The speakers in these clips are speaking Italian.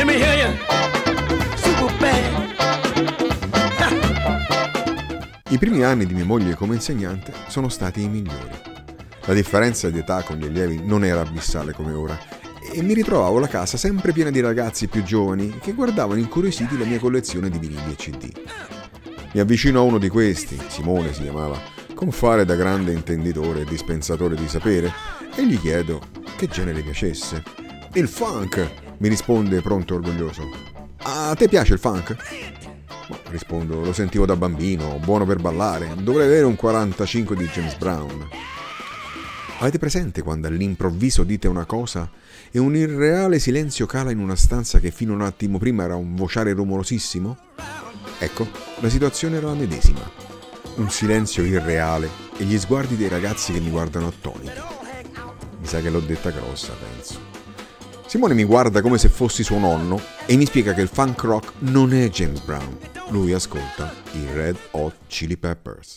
Let me hear you. Super bad. I primi anni di mia moglie come insegnante sono stati i migliori. La differenza di età con gli allievi non era abissale come ora e mi ritrovavo la casa sempre piena di ragazzi più giovani che guardavano incuriositi la mia collezione di vinili e CD. Mi avvicino a uno di questi, Simone si chiamava, con fare da grande intenditore e dispensatore di sapere, e gli chiedo che genere piacesse. Il funk, mi risponde pronto e orgoglioso. A te piace il funk? Rispondo, lo sentivo da bambino, buono per ballare, dovrei avere un 45 di James Brown. Avete presente quando all'improvviso dite una cosa e un irreale silenzio cala in una stanza che fino a un attimo prima era un vociare rumorosissimo? Ecco, la situazione era la medesima. Un silenzio irreale e gli sguardi dei ragazzi che mi guardano attoniti. Mi sa che l'ho detta grossa, penso. Simone mi guarda come se fossi suo nonno e mi spiega che il funk rock non è James Brown. Lui ascolta i Red Hot Chili Peppers.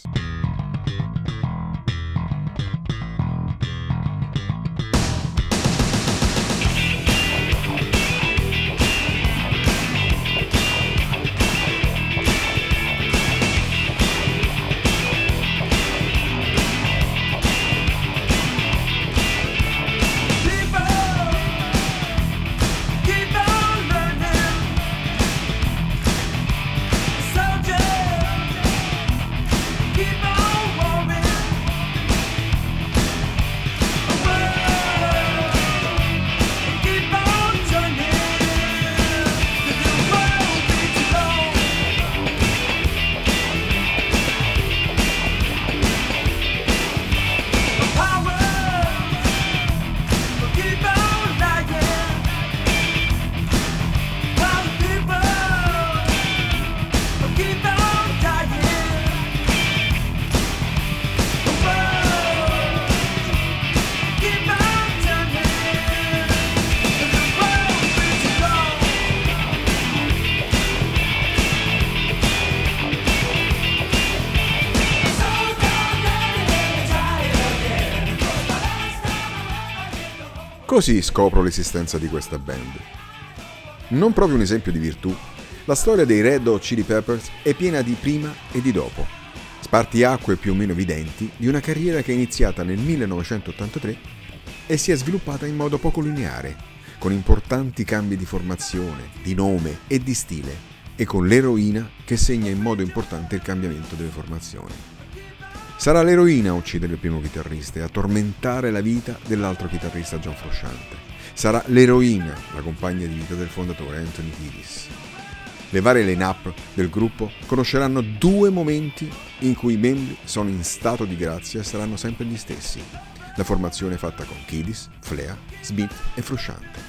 Così scopro l'esistenza di questa band. Non proprio un esempio di virtù, la storia dei Red Hot Chili Peppers è piena di prima e di dopo, spartiacque più o meno evidenti di una carriera che è iniziata nel 1983 e si è sviluppata in modo poco lineare, con importanti cambi di formazione, di nome e di stile, e con l'eroina che segna in modo importante il cambiamento delle formazioni. Sarà l'eroina a uccidere il primo chitarrista e a tormentare la vita dell'altro chitarrista John Frusciante. Sarà l'eroina la compagna di vita del fondatore Anthony Kiedis. Le varie line-up del gruppo conosceranno due momenti in cui i membri sono in stato di grazia e saranno sempre gli stessi. La formazione fatta con Kiedis, Flea, Smith e Frusciante.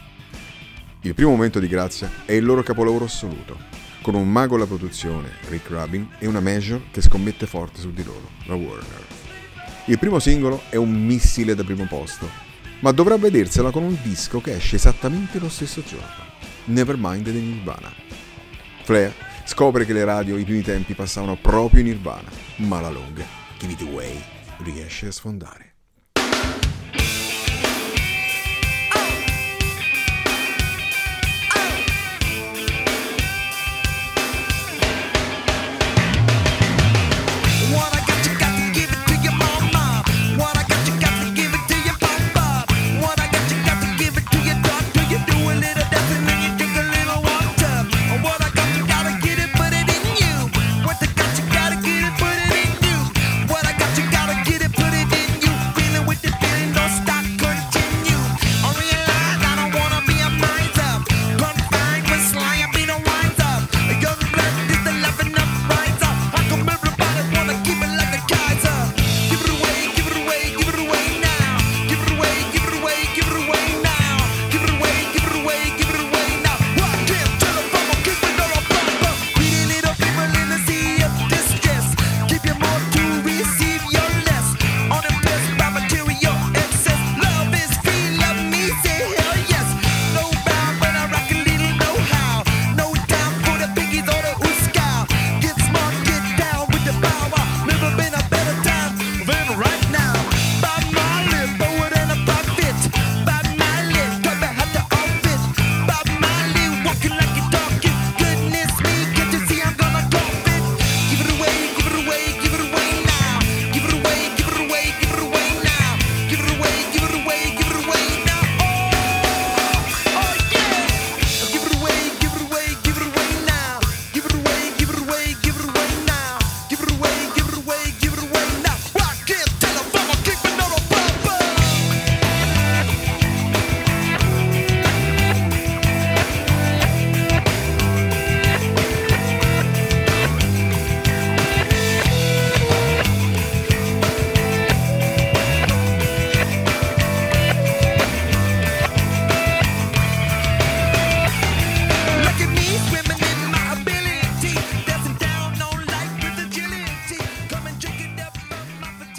Il primo momento di grazia è il loro capolavoro assoluto, con un mago alla produzione, Rick Rubin, e una major che scommette forte su di loro, la Warner. Il primo singolo è un missile da primo posto, ma dovrà vedersela con un disco che esce esattamente lo stesso giorno, Nevermind di Nirvana. Flea scopre che le radio ai primi tempi passavano proprio in Nirvana, ma alla lunga Give It Away riesce a sfondare.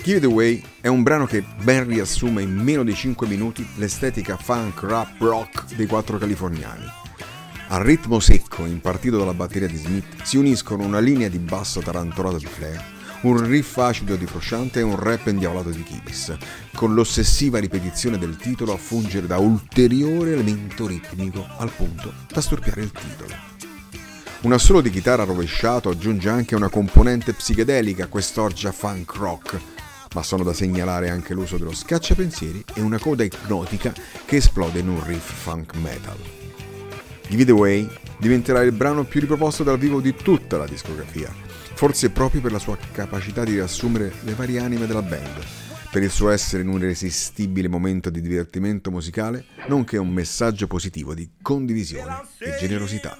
Give It Away è un brano che ben riassume in meno di 5 minuti l'estetica funk, rap, rock dei 4 californiani. Al ritmo secco impartito dalla batteria di Smith si uniscono una linea di basso tarantolata di Flair, un riff acido di Frusciante e un rap indiavolato di Kiddis, con l'ossessiva ripetizione del titolo a fungere da ulteriore elemento ritmico al punto da storpiare il titolo. Un assolo di chitarra rovesciato aggiunge anche una componente psichedelica a quest'orgia funk rock, ma sono da segnalare anche l'uso dello scacciapensieri e una coda ipnotica che esplode in un riff funk metal. Give It Away diventerà il brano più riproposto dal vivo di tutta la discografia, forse proprio per la sua capacità di riassumere le varie anime della band, per il suo essere in un irresistibile momento di divertimento musicale, nonché un messaggio positivo di condivisione e generosità.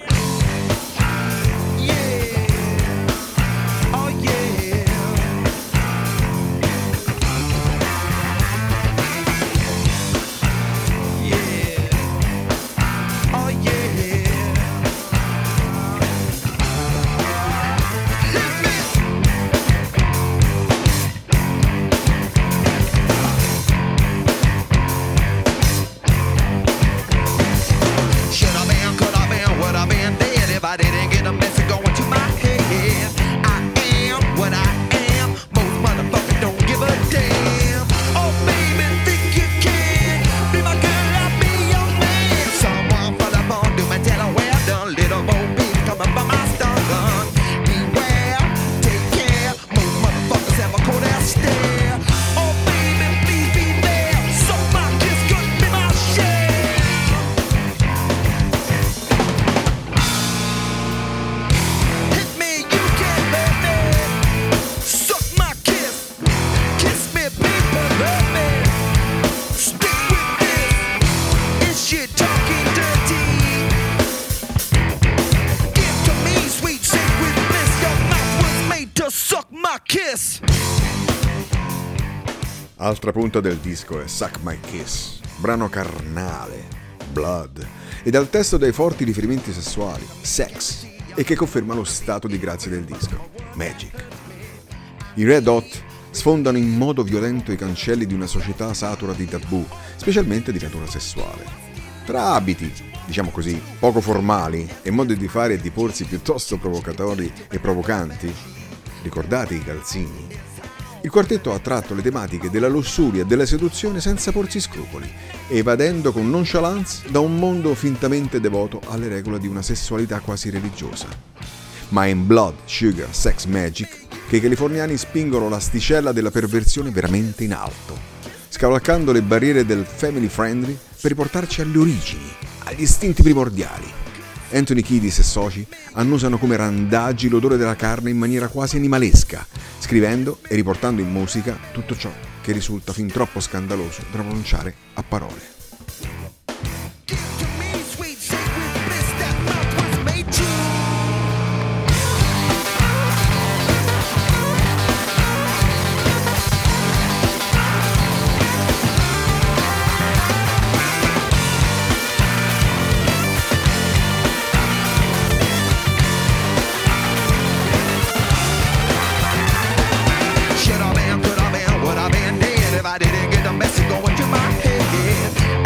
Altra punta del disco è Suck My Kiss, brano carnale, blood, e dal testo dai forti riferimenti sessuali, sex, e che conferma lo stato di grazia del disco, magic. I Red Hot sfondano in modo violento i cancelli di una società satura di tabù, specialmente di natura sessuale. Tra abiti, diciamo così, poco formali e modi di fare e di porsi piuttosto provocatori e provocanti, ricordate i calzini? Il quartetto ha tratto le tematiche della lussuria e della seduzione senza porsi scrupoli, evadendo con nonchalance da un mondo fintamente devoto alle regole di una sessualità quasi religiosa. Ma è in Blood, Sugar, Sex, Magic che i californiani spingono l'asticella della perversione veramente in alto, scavalcando le barriere del family friendly per riportarci alle origini, agli istinti primordiali. Anthony Kiddis e soci annusano come randaggi l'odore della carne in maniera quasi animalesca, scrivendo e riportando in musica tutto ciò che risulta fin troppo scandaloso da pronunciare a parole. I didn't get the message going to my head.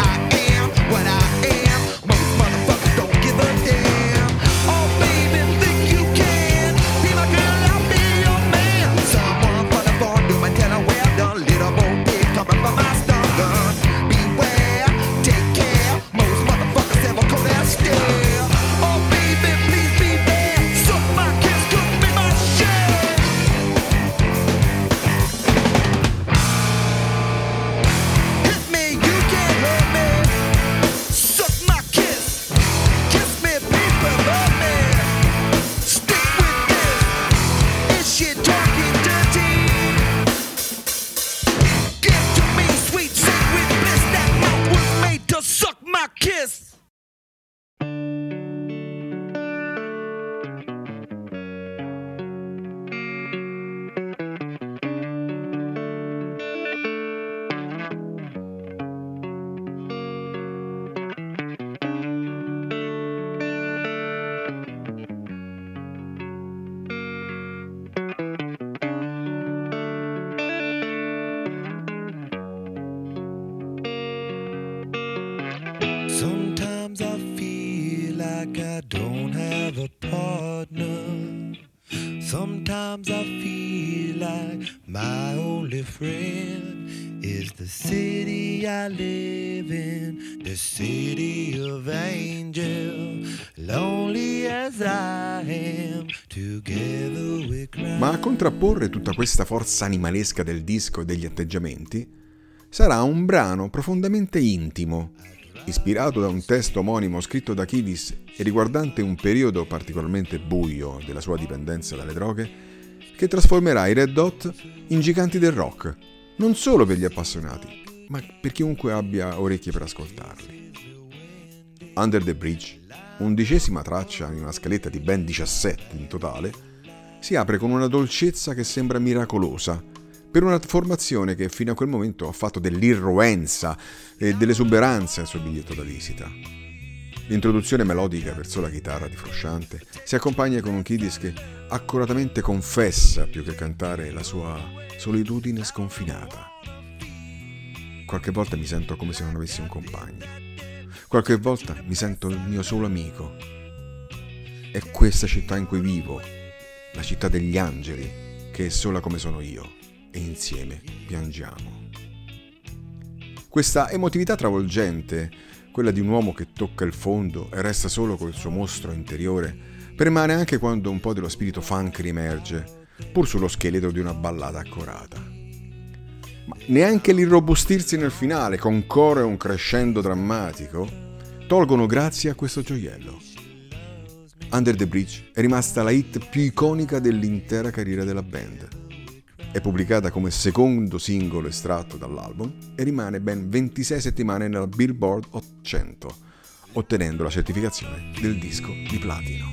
like I don't have a partner. Sometimes I feel like my only friend is the city I live in, the city of angels, lonely as I am, together we cry. Ma a contrapporre tutta questa forza animalesca del disco e degli atteggiamenti sarà un brano profondamente intimo, ispirato da un testo omonimo scritto da Kiedis e riguardante un periodo particolarmente buio della sua dipendenza dalle droghe, che trasformerà i Red Hot in giganti del rock, non solo per gli appassionati, ma per chiunque abbia orecchie per ascoltarli. Under the Bridge, 11ª traccia in una scaletta di ben 17 in totale, si apre con una dolcezza che sembra miracolosa, per una formazione che fino a quel momento ha fatto dell'irruenza e dell'esuberanza il suo biglietto da visita. L'introduzione melodica verso la chitarra di Frusciante si accompagna con un Kiedis che accuratamente confessa più che cantare la sua solitudine sconfinata. Qualche volta mi sento come se non avessi un compagno. Qualche volta mi sento il mio solo amico. È questa città in cui vivo, la città degli angeli, che è sola come sono io. E insieme piangiamo. Questa emotività travolgente, quella di un uomo che tocca il fondo e resta solo col suo mostro interiore, permane anche quando un po' dello spirito funk riemerge, pur sullo scheletro di una ballata accorata. Ma neanche l'irrobustirsi nel finale, con coro e un crescendo drammatico, tolgono grazia a questo gioiello. Under the Bridge è rimasta la hit più iconica dell'intera carriera della band. È pubblicata come secondo singolo estratto dall'album e rimane ben 26 settimane nella Billboard 800, ottenendo la certificazione del disco di platino.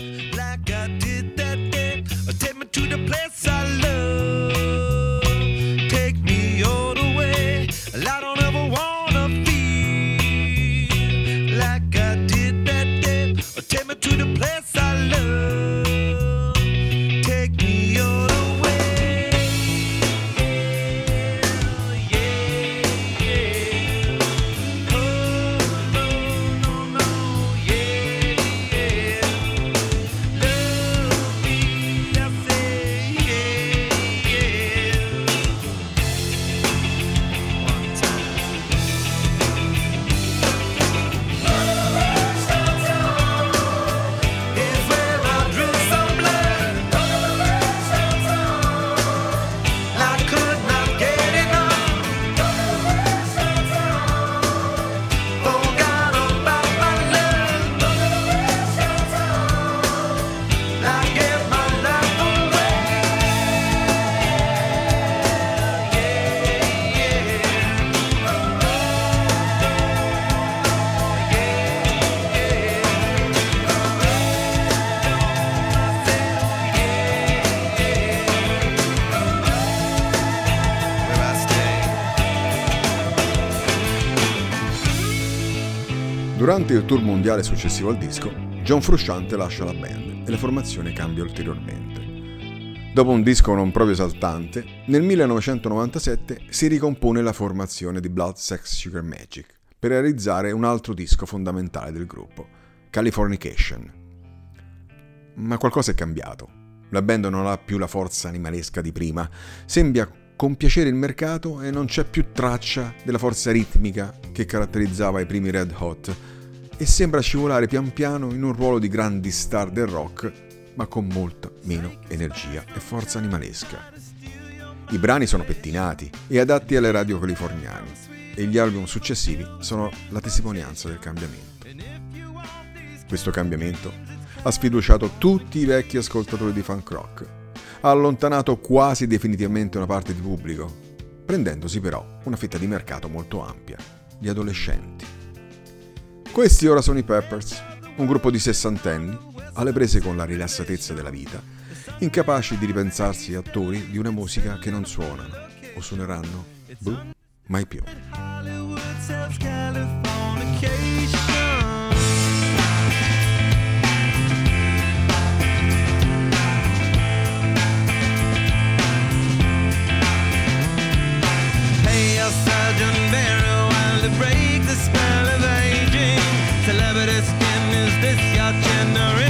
Durante il tour mondiale successivo al disco, John Frusciante lascia la band e la formazione cambia ulteriormente. Dopo un disco non proprio esaltante, nel 1997 si ricompone la formazione di Blood, Sex, Sugar Magic per realizzare un altro disco fondamentale del gruppo, Californication. Ma qualcosa è cambiato. La band non ha più la forza animalesca di prima, sembra compiacere il mercato e non c'è più traccia della forza ritmica che caratterizzava i primi Red Hot e sembra scivolare pian piano in un ruolo di grandi star del rock, ma con molta meno energia e forza animalesca. I brani sono pettinati e adatti alle radio californiane e gli album successivi sono la testimonianza del cambiamento. Questo cambiamento ha sfiduciato tutti i vecchi ascoltatori di funk rock, ha allontanato quasi definitivamente una parte di pubblico, prendendosi però una fetta di mercato molto ampia, gli adolescenti. Questi ora sono i Peppers, un gruppo di sessantenni, alle prese con la rilassatezza della vita, incapaci di ripensarsi attori di una musica che non suonano, o suoneranno, mai più. Surgeon burial while to break the spell of aging. Celebrity skin is This yacht tender